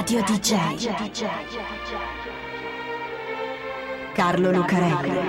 Radio DJ. Carlo Lucarelli.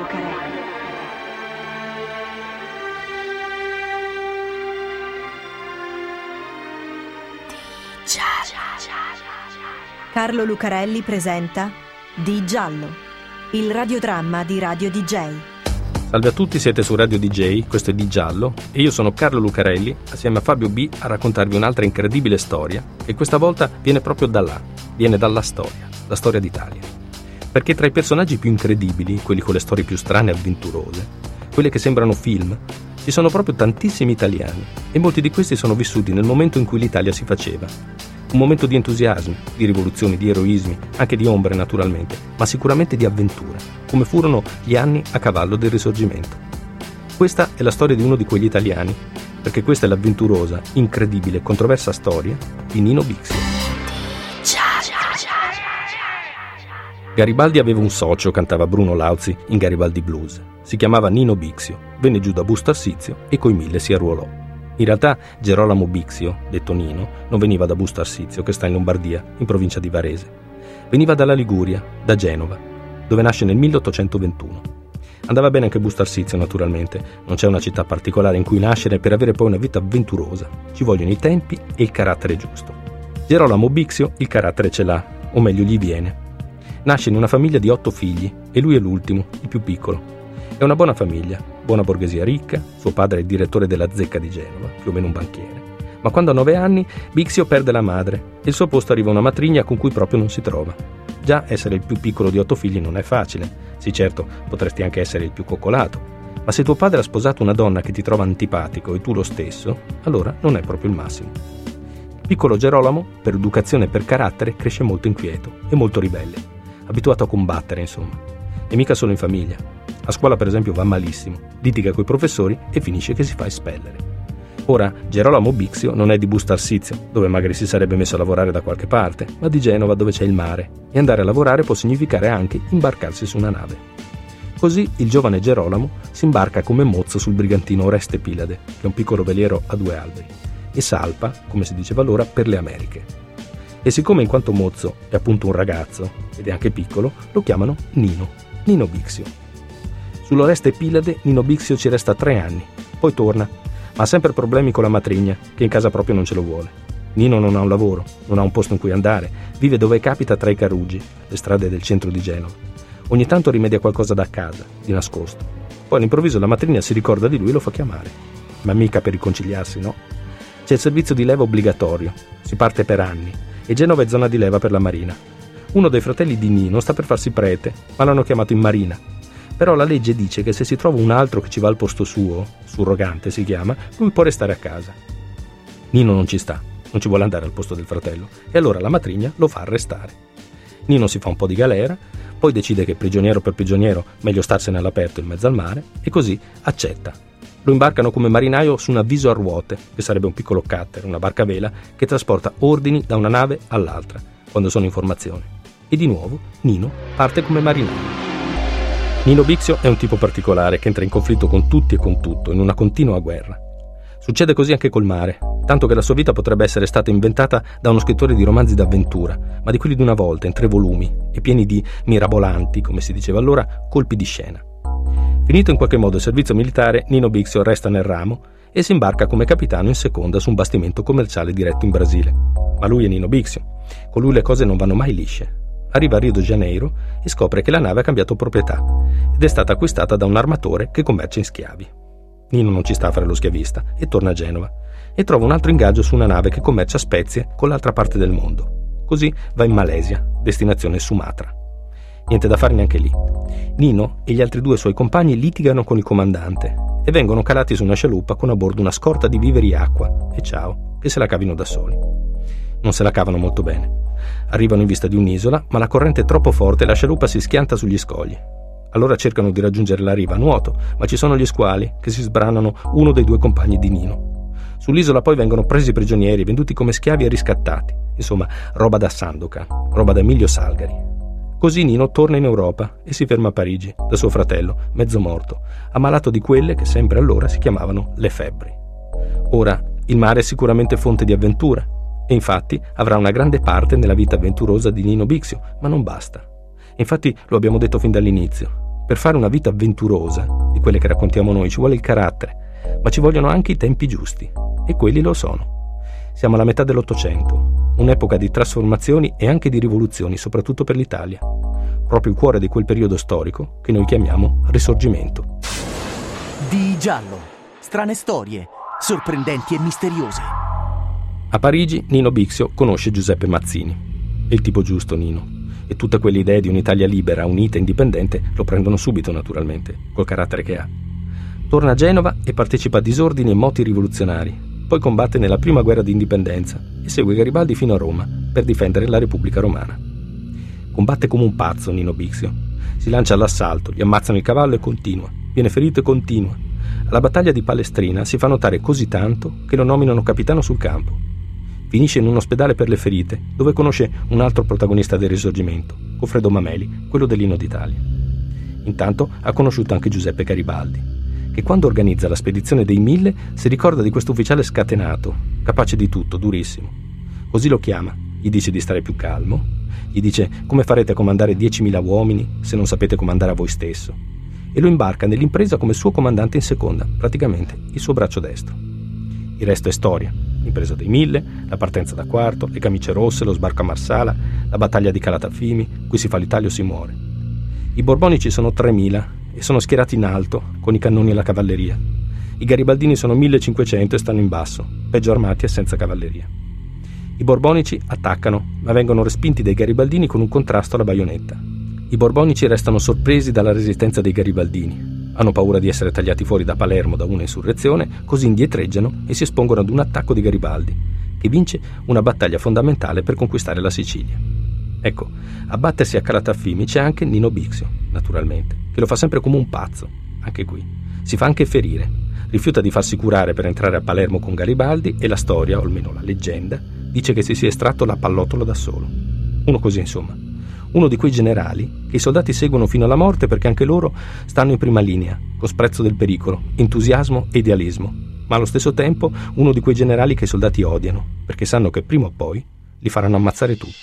Carlo Lucarelli presenta Di Giallo, il radiodramma di Radio DJ. Salve a tutti, siete su Radio DJ, questo è Di Giallo e io sono Carlo Lucarelli assieme a Fabio B a raccontarvi un'altra incredibile storia e questa volta viene proprio da là, viene dalla storia, la storia d'Italia. Perché tra i personaggi più incredibili, quelli con le storie più strane e avventurose, quelle che sembrano film, ci sono proprio tantissimi italiani e molti di questi sono vissuti nel momento in cui l'Italia si faceva. Un momento di entusiasmi, di rivoluzioni, di eroismi, anche di ombre naturalmente, ma sicuramente di avventura, come furono gli anni a cavallo del Risorgimento. Questa è la storia di uno di quegli italiani, perché questa è l'avventurosa, incredibile, controversa storia di Nino Bixio. Garibaldi aveva un socio, cantava Bruno Lauzi in Garibaldi Blues. Si chiamava Nino Bixio, venne giù da Busto Arsizio e coi 1000 si arruolò. In realtà Gerolamo Bixio, detto Nino, non veniva da Busto Arsizio, che sta in Lombardia, in provincia di Varese. Veniva dalla Liguria, da Genova, dove nasce nel 1821. Andava bene anche Busto Arsizio, naturalmente. Non c'è una città particolare in cui nascere per avere poi una vita avventurosa. Ci vogliono i tempi e il carattere giusto. Gerolamo Bixio il carattere ce l'ha, o meglio gli viene. Nasce in una famiglia di 8 figli e lui è l'ultimo, il più piccolo. È una buona famiglia, buona borghesia ricca, suo padre è il direttore della Zecca di Genova, più o meno un banchiere. Ma quando ha 9 anni, Bixio perde la madre e il suo posto arriva una matrigna con cui proprio non si trova. Già essere il più piccolo di 8 figli non è facile. Sì, certo, potresti anche essere il più coccolato. Ma se tuo padre ha sposato una donna che ti trova antipatico e tu lo stesso, allora non è proprio il massimo. Il piccolo Gerolamo, per educazione e per carattere, cresce molto inquieto e molto ribelle, abituato a combattere, insomma. E mica solo in famiglia. A scuola, per esempio, va malissimo, litiga coi professori e finisce che si fa espellere. Ora, Gerolamo Bixio non è di Busto Arsizio, dove magari si sarebbe messo a lavorare da qualche parte, ma di Genova, dove c'è il mare, e andare a lavorare può significare anche imbarcarsi su una nave. Così il giovane Gerolamo si imbarca come mozzo sul brigantino Oreste Pilade, che è un piccolo veliero a 2 alberi, e salpa, come si diceva allora, per le Americhe. E siccome in quanto mozzo è appunto un ragazzo, ed è anche piccolo, lo chiamano Nino Bixio. Sull'Oreste Pilade Nino Bixio ci resta 3 anni, poi torna, ma ha sempre problemi con la matrigna, che in casa proprio non ce lo vuole. Nino non ha un lavoro, non ha un posto in cui andare, vive dove capita tra i Carugi, le strade del centro di Genova. Ogni tanto rimedia qualcosa da casa, di nascosto. Poi all'improvviso la matrigna si ricorda di lui e lo fa chiamare. Ma mica per riconciliarsi, no? C'è il servizio di leva obbligatorio, si parte per anni, e Genova è zona di leva per la marina. Uno dei fratelli di Nino sta per farsi prete, ma l'hanno chiamato in marina. Però la legge dice che se si trova un altro che ci va al posto suo, surrogante si chiama, lui può restare a casa. Nino non ci sta, non ci vuole andare al posto del fratello, e allora la matrigna lo fa arrestare. Nino si fa un po' di galera, poi decide che prigioniero per prigioniero meglio starsene all'aperto in mezzo al mare, e così accetta. Lo imbarcano come marinaio su un avviso a ruote, che sarebbe un piccolo cutter, una barca a vela, che trasporta ordini da una nave all'altra, quando sono in formazione. E di nuovo Nino parte come marinaio. Nino Bixio è un tipo particolare che entra in conflitto con tutti e con tutto, in una continua guerra. Succede così anche col mare, tanto che la sua vita potrebbe essere stata inventata da uno scrittore di romanzi d'avventura, ma di quelli di una volta, in 3 volumi, e pieni di mirabolanti, come si diceva allora, colpi di scena. Finito in qualche modo il servizio militare, Nino Bixio resta nel ramo e si imbarca come capitano in seconda su un bastimento commerciale diretto in Brasile. Ma lui è Nino Bixio, con lui le cose non vanno mai lisce. Arriva a Rio de Janeiro e scopre che la nave ha cambiato proprietà ed è stata acquistata da un armatore che commercia in schiavi. Nino non ci sta a fare lo schiavista e torna a Genova e trova un altro ingaggio su una nave che commercia spezie con l'altra parte del mondo. Così va in Malesia, destinazione Sumatra. Niente da fare neanche lì. Nino e gli altri 2 suoi compagni litigano con il comandante e vengono calati su una scialuppa con a bordo una scorta di viveri e acqua e ciao, che se la cavino da soli. Non se la cavano molto bene. Arrivano in vista di un'isola, ma la corrente è troppo forte e la scialuppa si schianta sugli scogli. Allora cercano di raggiungere la riva a nuoto, ma ci sono gli squali che si sbranano uno dei 2 compagni di Nino. Sull'isola poi vengono presi prigionieri, venduti come schiavi e riscattati. Insomma, roba da Sandokan, roba da Emilio Salgari. Così Nino torna in Europa e si ferma a Parigi, da suo fratello, mezzo morto, ammalato di quelle che sempre allora si chiamavano le febbri. Ora, il mare è sicuramente fonte di avventura, E infatti avrà una grande parte nella vita avventurosa di Nino Bixio, ma non basta. Infatti lo abbiamo detto fin dall'inizio, per fare una vita avventurosa, di quelle che raccontiamo noi, ci vuole il carattere, ma ci vogliono anche i tempi giusti, e quelli lo sono. Siamo alla metà dell'Ottocento, un'epoca di trasformazioni e anche di rivoluzioni, soprattutto per l'Italia, proprio il cuore di quel periodo storico che noi chiamiamo Risorgimento. Di Giallo, strane storie, sorprendenti e misteriose. A Parigi Nino Bixio conosce Giuseppe Mazzini. È il tipo giusto, Nino, e tutte quelle idee di un'Italia libera, unita e indipendente lo prendono subito, naturalmente, col carattere che ha. Torna a Genova e partecipa a disordini e moti rivoluzionari, poi combatte nella prima guerra di indipendenza e segue Garibaldi fino a Roma per difendere la Repubblica Romana. Combatte come un pazzo Nino Bixio, si lancia all'assalto, gli ammazzano il cavallo e continua, viene ferito e continua. Alla battaglia di Palestrina si fa notare così tanto che lo nominano capitano sul campo. Finisce in un ospedale per le ferite, dove conosce un altro protagonista del Risorgimento, Goffredo Mameli, quello dell'Inno d'Italia. Intanto ha conosciuto anche Giuseppe Garibaldi, che quando organizza la spedizione dei 1000 si ricorda di questo ufficiale scatenato, capace di tutto, durissimo. Così lo chiama, gli dice di stare più calmo, gli dice come farete a comandare 10.000 uomini se non sapete comandare a voi stesso, e lo imbarca nell'impresa come suo comandante in seconda, praticamente il suo braccio destro. Il resto è storia. L'impresa dei 1000, la partenza da Quarto, le camicie rosse, lo sbarco a Marsala, la battaglia di Calatafimi, qui si fa l'Italia o si muore. I borbonici sono 3.000 e sono schierati in alto, con i cannoni e la cavalleria. I garibaldini sono 1.500 e stanno in basso, peggio armati e senza cavalleria. I borbonici attaccano, ma vengono respinti dai garibaldini con un contrasto alla baionetta. I borbonici restano sorpresi dalla resistenza dei garibaldini. Hanno paura di essere tagliati fuori da Palermo da una insurrezione, così indietreggiano e si espongono ad un attacco di Garibaldi, che vince una battaglia fondamentale per conquistare la Sicilia. Ecco, a battersi a Calatafimi c'è anche Nino Bixio, naturalmente, che lo fa sempre come un pazzo, anche qui. Si fa anche ferire, rifiuta di farsi curare per entrare a Palermo con Garibaldi e la storia, o almeno la leggenda, dice che si sia estratto la pallottola da solo. Uno così, insomma. Uno di quei generali che i soldati seguono fino alla morte perché anche loro stanno in prima linea, con sprezzo del pericolo, entusiasmo e idealismo, ma allo stesso tempo uno di quei generali che i soldati odiano, perché sanno che prima o poi li faranno ammazzare tutti.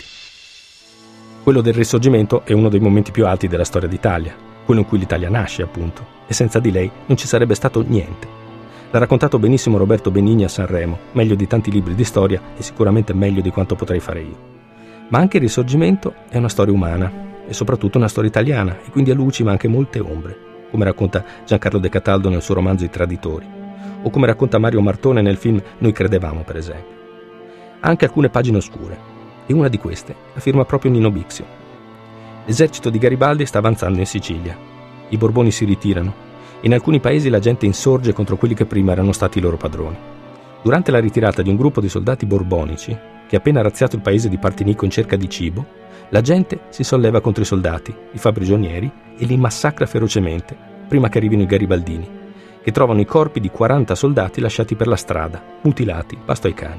Quello del Risorgimento è uno dei momenti più alti della storia d'Italia, quello in cui l'Italia nasce, appunto, e senza di lei non ci sarebbe stato niente. L'ha raccontato benissimo Roberto Benigni a Sanremo, meglio di tanti libri di storia e sicuramente meglio di quanto potrei fare io. Ma anche il Risorgimento è una storia umana e soprattutto una storia italiana e quindi ha luci ma anche molte ombre, come racconta Giancarlo De Cataldo nel suo romanzo I Traditori o come racconta Mario Martone nel film Noi credevamo, per esempio. Ha anche alcune pagine oscure e una di queste la firma proprio Nino Bixio. L'esercito di Garibaldi sta avanzando in Sicilia. I Borboni si ritirano. In alcuni paesi la gente insorge contro quelli che prima erano stati i loro padroni. Durante la ritirata di un gruppo di soldati borbonici che ha appena razziato il paese di Partinico in cerca di cibo, la gente si solleva contro i soldati, li fa prigionieri e li massacra ferocemente, prima che arrivino i garibaldini, che trovano i corpi di 40 soldati lasciati per la strada, mutilati, pasto ai cani.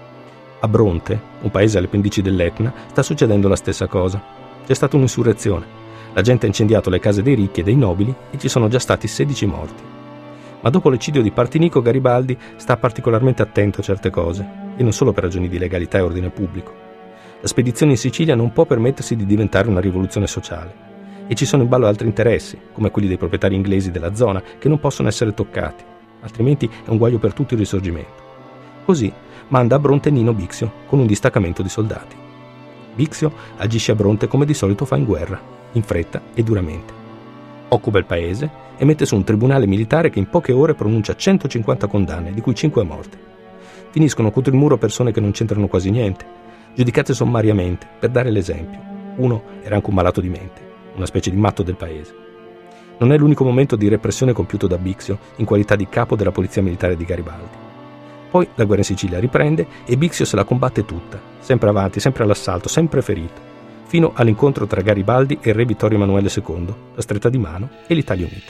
A Bronte, un paese alle pendici dell'Etna, sta succedendo la stessa cosa. C'è stata un'insurrezione. La gente ha incendiato le case dei ricchi e dei nobili e ci sono già stati 16 morti. Ma dopo l'eccidio di Partinico, Garibaldi sta particolarmente attento a certe cose, e non solo per ragioni di legalità e ordine pubblico. La spedizione in Sicilia non può permettersi di diventare una rivoluzione sociale, e ci sono in ballo altri interessi, come quelli dei proprietari inglesi della zona, che non possono essere toccati, altrimenti è un guaio per tutto il Risorgimento. Così manda a Bronte Nino Bixio con un distaccamento di soldati. Bixio agisce a Bronte come di solito fa in guerra, in fretta e duramente. Occupa il paese e mette su un tribunale militare che in poche ore pronuncia 150 condanne, di cui 5 a morte. Finiscono contro il muro persone che non c'entrano quasi niente, giudicate sommariamente, per dare l'esempio. Uno era anche un malato di mente, una specie di matto del paese. Non è l'unico momento di repressione compiuto da Bixio in qualità di capo della polizia militare di Garibaldi. Poi la guerra in Sicilia riprende e Bixio se la combatte tutta, sempre avanti, sempre all'assalto, sempre ferito, fino all'incontro tra Garibaldi e il re Vittorio Emanuele II, la stretta di mano e l'Italia unita.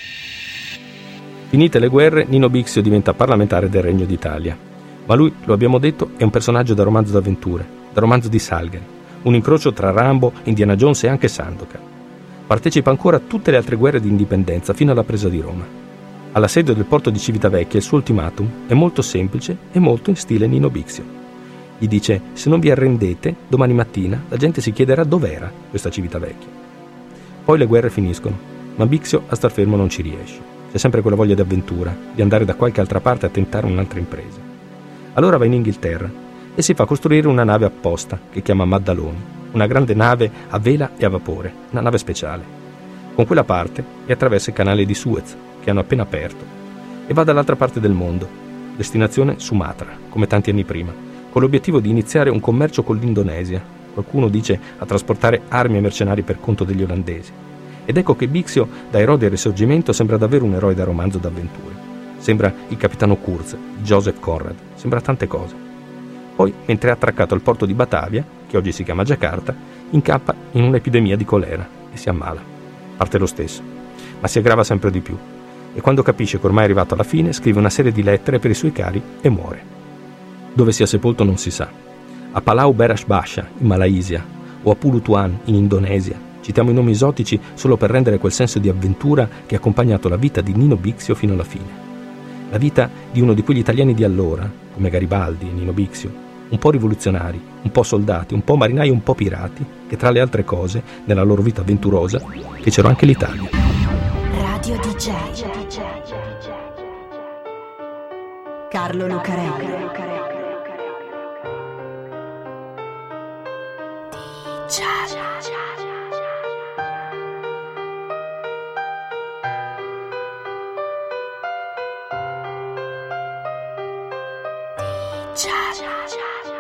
Finite le guerre, Nino Bixio diventa parlamentare del Regno d'Italia. Ma lui, lo abbiamo detto, è un personaggio da romanzo d'avventure, da romanzo di Salgari, un incrocio tra Rambo, Indiana Jones e anche Sandokan. Partecipa ancora a tutte le altre guerre di indipendenza fino alla presa di Roma. All'assedio del porto di Civitavecchia il suo ultimatum è molto semplice e molto in stile Nino Bixio. Gli dice: se non vi arrendete, domani mattina la gente si chiederà dov'era questa Civitavecchia. Poi le guerre finiscono, ma Bixio a star fermo non ci riesce. C'è sempre quella voglia di avventura, di andare da qualche altra parte a tentare un'altra impresa. Allora va in Inghilterra e si fa costruire una nave apposta che chiama Maddaloni, una grande nave a vela e a vapore, una nave speciale. Con quella parte e attraversa il canale di Suez, che hanno appena aperto, e va dall'altra parte del mondo, destinazione Sumatra, come tanti anni prima, con l'obiettivo di iniziare un commercio con l'Indonesia. Qualcuno dice a trasportare armi ai mercenari per conto degli olandesi. Ed ecco che Bixio, da eroe del Risorgimento, sembra davvero un eroe da romanzo d'avventure. Sembra il capitano Kurz, Joseph Conrad, sembra tante cose. Poi, mentre è attraccato al porto di Batavia, che oggi si chiama Giacarta, incappa in un'epidemia di colera e si ammala. Parte lo stesso, ma si aggrava sempre di più. E quando capisce che ormai è arrivato alla fine, scrive una serie di lettere per i suoi cari e muore. Dove sia sepolto non si sa. A Palau Berash Basha, in Malaysia, o a Pulutuan, in Indonesia. Citiamo i nomi esotici solo per rendere quel senso di avventura che ha accompagnato la vita di Nino Bixio fino alla fine. La vita di uno di quegli italiani di allora, come Garibaldi e Nino Bixio, un po' rivoluzionari, un po' soldati, un po' marinai, un po' pirati, che tra le altre cose, nella loro vita avventurosa, fecero anche l'Italia. Radio DJ Carlo Lucarelli. DJ